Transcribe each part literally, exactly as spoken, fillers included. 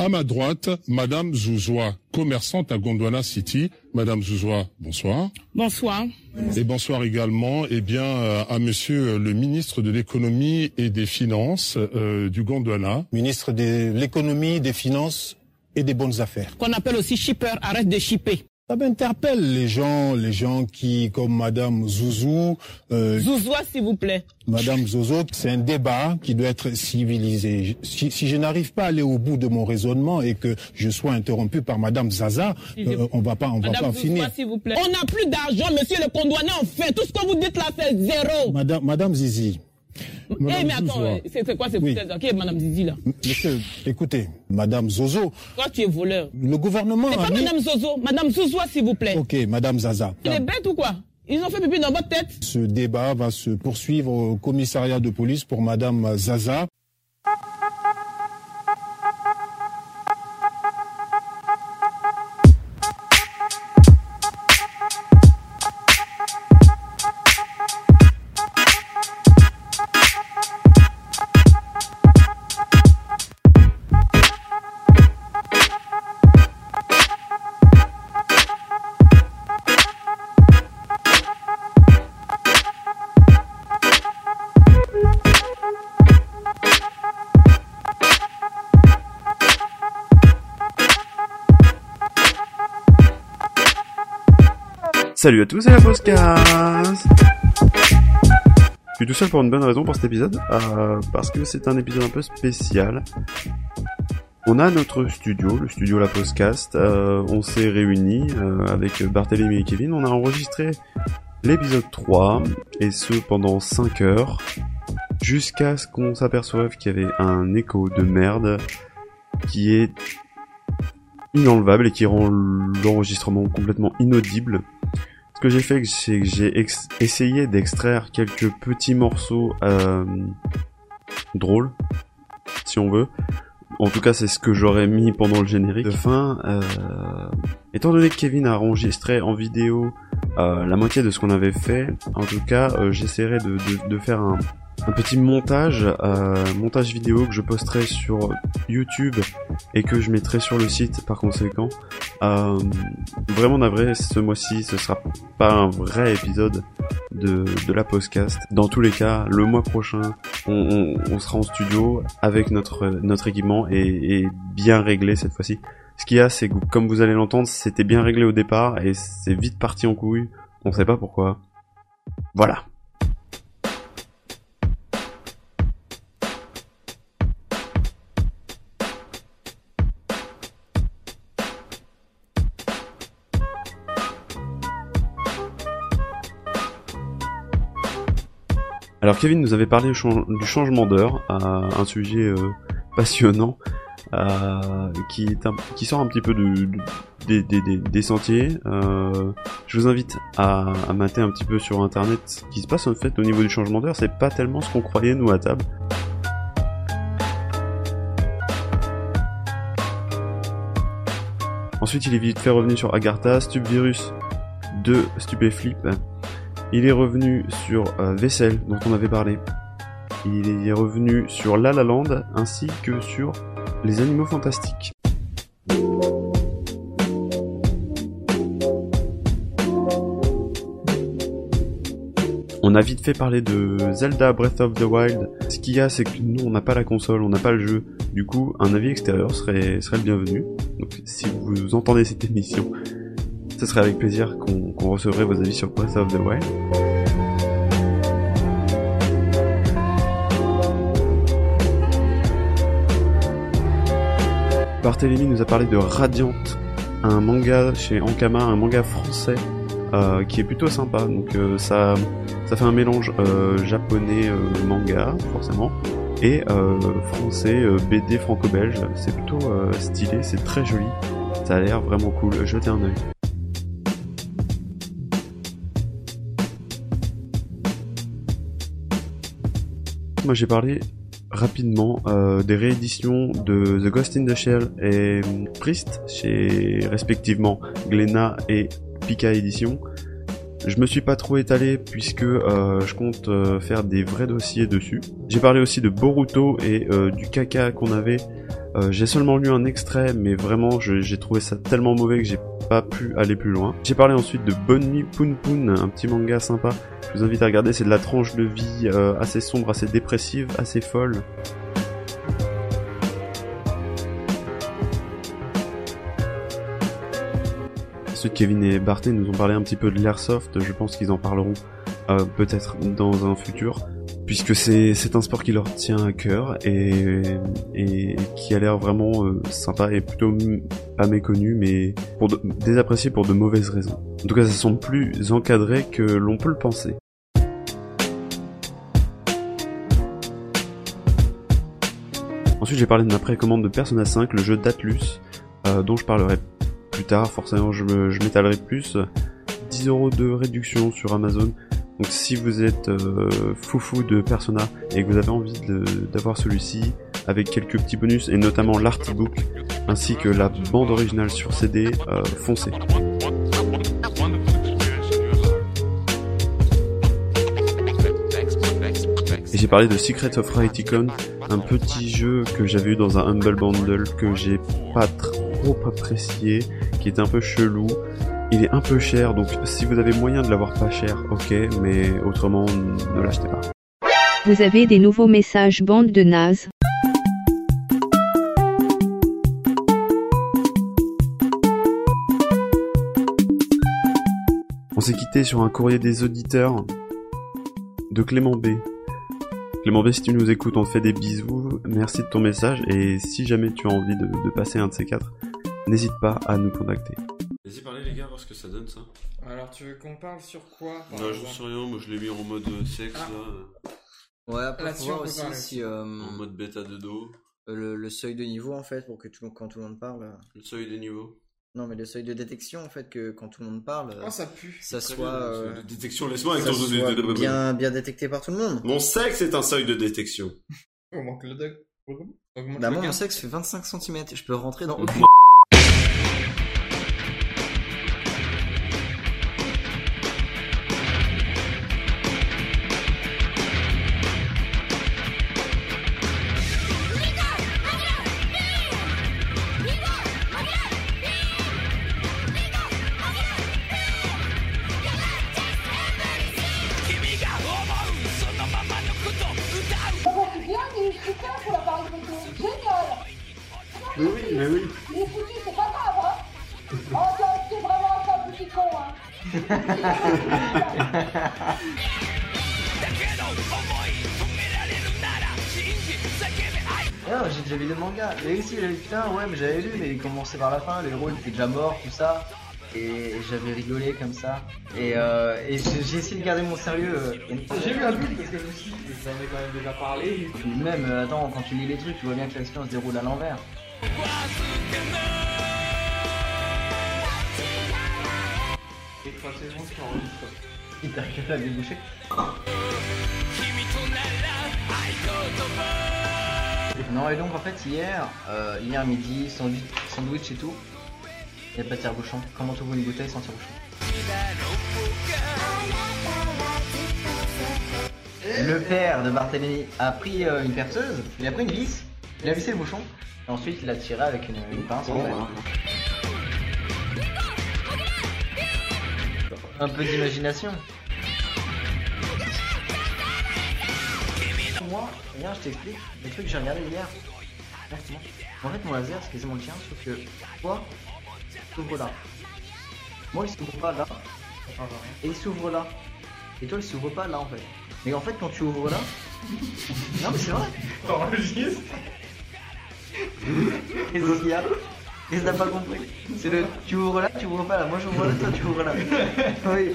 À ma droite, Madame Zouzoua, commerçante à Gondwana City. Madame Zouzoua, bonsoir. Bonsoir. Et bonsoir également eh bien, euh, à Monsieur le ministre de l'économie et des finances euh, du Gondwana. Ministre de l'économie, des finances et des bonnes affaires. Qu'on appelle aussi shipper, arrête de shipper. Ça m'interpelle les gens, les gens qui, comme Madame Zouzou... Euh, Zouzoua, s'il vous plaît. Madame Zozo, c'est un débat qui doit être civilisé. Si, si je n'arrive pas à aller au bout de mon raisonnement et que je sois interrompu par Madame Zaza, euh, on va pas, on va Madame pas finir. S'il vous plaît. On n'a plus d'argent, monsieur le Gondwanais, on fait. Tout ce que vous dites là, c'est zéro. Madame, Madame Zizi. Eh, hey, mais attends, c'est quoi ces oui. foutaises? Qui est Madame Zizi là? Monsieur, écoutez, Madame Zozo. Toi, tu es voleur. Le gouvernement c'est a pas mis... Madame Zozo, Madame Zouzoua, s'il vous plaît. Ok, Madame Zaza. Il est bête ou quoi? Ils ont fait pipi dans votre tête? Ce débat va se poursuivre au commissariat de police pour Madame Zaza. Salut à tous, c'est la podcast. Je suis tout seul pour une bonne raison pour cet épisode, euh, parce que c'est un épisode un peu spécial. On a notre studio, le studio La Podcast, euh, on s'est réunis euh, avec Barthélémy et Kevin, on a enregistré l'épisode trois, et ce pendant cinq heures, jusqu'à ce qu'on s'aperçoive qu'il y avait un écho de merde qui est inenlevable et qui rend l'enregistrement complètement inaudible. Ce que j'ai fait, c'est que j'ai ex- essayé d'extraire quelques petits morceaux euh, drôles, si on veut. En tout cas, c'est ce que j'aurais mis pendant le générique de fin. Euh, étant donné que Kevin a enregistré en vidéo euh, la moitié de ce qu'on avait fait, en tout cas, euh, j'essaierai de, de, de faire un, un petit montage, euh, montage vidéo que je posterai sur YouTube et que je mettrai sur le site par conséquent. Euh, vraiment navré, ce mois-ci, ce sera pas un vrai épisode de, de la podcast. Dans tous les cas, le mois prochain, on, on, on sera en studio avec notre, notre équipement et, et bien réglé cette fois-ci. Ce qu'il y a, c'est que, comme vous allez l'entendre, c'était bien réglé au départ et c'est vite parti en couille. On sait pas pourquoi. Voilà. Alors Kevin nous avait parlé du, chan- du changement d'heure, euh, un sujet euh, passionnant euh, qui, est un, qui sort un petit peu de, de, des, des, des, des sentiers. Euh, je vous invite à, à mater un petit peu sur internet ce qui se passe en fait au niveau du changement d'heure. C'est pas tellement ce qu'on croyait nous à table. Ensuite il est vite fait revenir sur Agartha, Stupvirus de Stupéflip. Il est revenu sur euh, Vaisselle, dont on avait parlé. Il est revenu sur La La Land, ainsi que sur Les Animaux Fantastiques. On a vite fait parler de Zelda Breath of the Wild. Ce qu'il y a, c'est que nous, on n'a pas la console, on n'a pas le jeu. Du coup, un avis extérieur serait, serait le bienvenu. Donc, si vous entendez cette émission, ce serait avec plaisir qu'on, qu'on recevrait vos avis sur Breath of the Wild. Barthélémy nous a parlé de Radiant, un manga chez Ankama, un manga français euh, qui est plutôt sympa. Donc euh, ça, ça fait un mélange euh, japonais euh, manga forcément et euh, français euh, B D franco-belge. C'est plutôt euh, stylé, c'est très joli. Ça a l'air vraiment cool. Jetez un œil. Moi j'ai parlé rapidement euh, des rééditions de The Ghost in the Shell et Priest chez respectivement Glénat et Pika Édition. Je me suis pas trop étalé puisque euh, je compte euh, faire des vrais dossiers dessus. J'ai parlé aussi de Boruto et euh, du caca qu'on avait. Euh, j'ai seulement lu un extrait, mais vraiment j'ai trouvé ça tellement mauvais que j'ai pas pu aller plus loin. J'ai parlé ensuite de Bonnie Poon Poon, un petit manga sympa. Je vous invite à regarder, c'est de la tranche de vie euh, assez sombre, assez dépressive, assez folle. Ensuite, Kevin et Barthé nous ont parlé un petit peu de l'airsoft. Je pense qu'ils en parleront euh, peut-être dans un futur, puisque c'est c'est un sport qui leur tient à cœur et, et qui a l'air vraiment euh, sympa et plutôt pas méconnu, mais pour de, désapprécié pour de mauvaises raisons. En tout cas, ça semble plus encadré que l'on peut le penser. Ensuite, j'ai parlé de ma précommande de Persona cinq, le jeu d'Atlus, euh, dont je parlerai plus tard. Forcément, je me, je m'étalerai plus. dix euros de réduction sur Amazon. Donc si vous êtes euh, foufou de Persona et que vous avez envie d'avoir celui-ci avec quelques petits bonus et notamment l'artbook ainsi que la bande originale sur C D, euh, foncez. Et j'ai parlé de Secret of Raiticon, un petit jeu que j'avais eu dans un Humble Bundle que j'ai pas trop apprécié, qui était un peu chelou. Il est un peu cher, donc si vous avez moyen de l'avoir pas cher, ok, mais autrement, ne l'achetez pas. Vous avez des nouveaux messages bande de nazes. On s'est quitté sur un courrier des auditeurs de Clément B. Clément B, si tu nous écoutes, on te fait des bisous, merci de ton message, et si jamais tu as envie de, de passer un de ces quatre, n'hésite pas à nous contacter. Vas-y, parlez les gars, voir ce que ça donne ça. Alors tu veux qu'on parle sur quoi? Non, je sais rien, moi je l'ai mis en mode sexe ah. là. Ouais, après faut voir aussi si... Euh, en mode bêta de dos. Le, le seuil de niveau en fait, pour que tout, quand tout le monde parle... Le seuil de niveau? Non mais le seuil de détection en fait, que quand tout le monde parle... Oh ça pue. Ça Très soit... bien, euh, de détection, laisse-moi avec ça ton soit de... bien, bien détecté par tout le monde. Mon sexe est un seuil de détection. On manque le doc. Bah moi mon sexe fait vingt-cinq centimètres, je peux rentrer dans aucune... Mais oui, mais oui. Il est foutu, c'est pas grave, hein. Oh, c'est vraiment un petit con, hein. Ah, j'ai déjà vu des mangas. Et aussi, j'avais putain, ouais, mais j'avais lu, mais il commençait par la fin, le héros il était déjà mort, tout ça. Et j'avais rigolé comme ça. Et, euh, et j'ai essayé de garder mon sérieux. J'ai vu un but parce que je me suis dit, j'en ai quand même déjà parlé. Et même, euh, attends, quand tu lis les trucs, tu vois bien que l'action se déroule à l'envers. Et trois saisons qui enregistrent. Il t'arrive à déboucher. Non, et donc en fait, hier, euh, hier midi, sandwich, sandwich et tout. Il n'y a pas de tire-bouchon. Comment tu ouvres une bouteille sans tire-bouchon? Le père de Barthélemy a pris euh, une perceuse, il a pris une vis, il a vissé le bouchon, et ensuite il l'a tiré avec une, une pince. Oh, en fait. Un peu d'imagination. Moi, regarde, je t'explique, les trucs que j'ai regardé hier. En fait, mon laser, c'est quasiment le tien, sauf que toi, il s'ouvre là. Moi, il s'ouvre pas là. Et il s'ouvre là. Et toi, il s'ouvre pas là en fait. Mais en fait, quand tu ouvres là. Non, mais c'est vrai. T'enregistres. Qu'est-ce qu'il y a? Qu'est-ce que t'as pas compris? C'est le tu ouvres là, tu ouvres pas là. Moi, j'ouvre là, toi, tu ouvres là. Oui.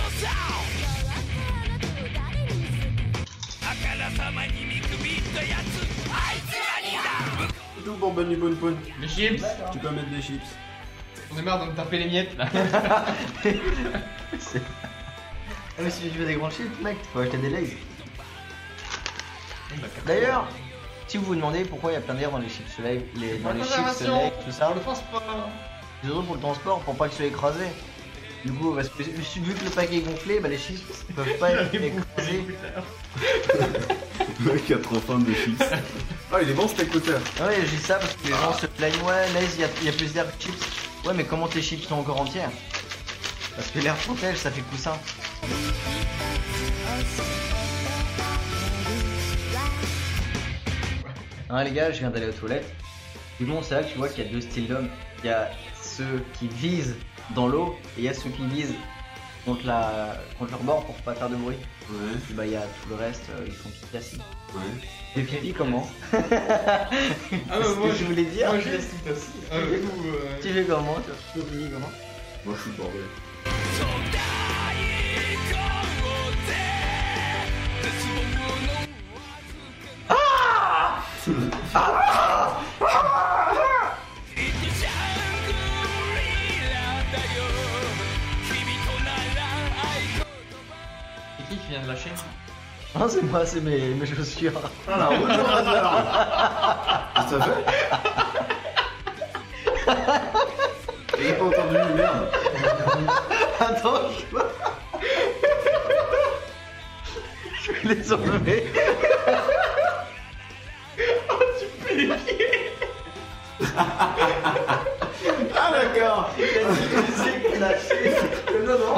C'est tout pour Bonnie Poon Poon. Les chips. Tu peux mettre des chips. On est marre de me taper les miettes là. Ah, mais si tu veux des grands chips, mec, faut acheter des Lays. D'ailleurs, si vous vous demandez pourquoi il y a plein d'air dans les chips soleil, les, dans les chips soleil, tout ça, Pour le transport. c'est surtout pour le transport, pour pas qu'ils soient écrasés. Du coup, parce que vu que le paquet est gonflé, bah les chips ils peuvent pas être écrasés. Le mec a trop faim de chips. Ah, il est bon cet écouteur. Ouais, je dis ça parce que les gens se plaignent. Ouais, là, il y, a, il y a plus d'air que de chips. Ouais, mais comment tes chips sont encore entières? Parce que l'air protège, ça fait coussin. Hein, les gars, je viens d'aller aux toilettes. Du coup, c'est là que tu vois qu'il y a deux styles d'hommes. Il y a ceux qui visent dans l'eau et il y a ceux qui visent contre, la... contre leur bord pour pas faire de bruit. Ouais. Et bah, il y a tout le reste, euh, ils font pipi assis. Ouais. Et pipi comment? Ah, bah, ce moi, que je voulais dire. Moi, je laisse tout assis. Ah, vous, euh... Tu fais comment? Tu fais pipi comment? Moi, je suis bordel. C'est qui qui vient de lâcher? Non, c'est moi, c'est mes, mes chaussures. Ah la route de hasard. Ça fait? J'ai pas entendu, merde. Attends, je vois. Je vais les enlever. Oh, tu fais les pieds. Ah d'accord. Il a dit que c'est lâché. Non, non.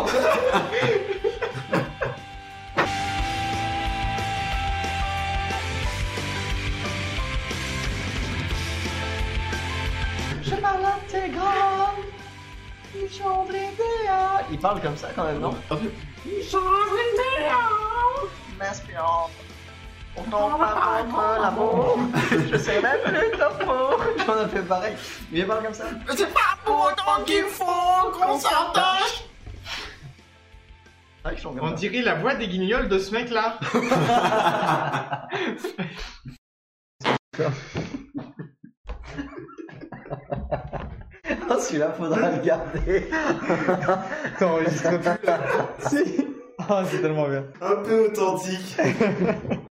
Je parle intégral. Ils chantent l'idéal. Il parle comme ça quand même, non? Ils chantent l'idéal. M'inspirant. On t'en parle contre l'amour. Je sais même plus comment. J'en ai fait pareil. Mais il parle comme ça. C'est pas pour autant qu'il faut qu'on s'attache. Ah, ils chantent comme On ça. dirait la voix des guignols de ce mec-là. Oh, celui-là, faudra le garder. T'enregistres plus là. Si. Ah, c'est tellement bien. Un peu authentique.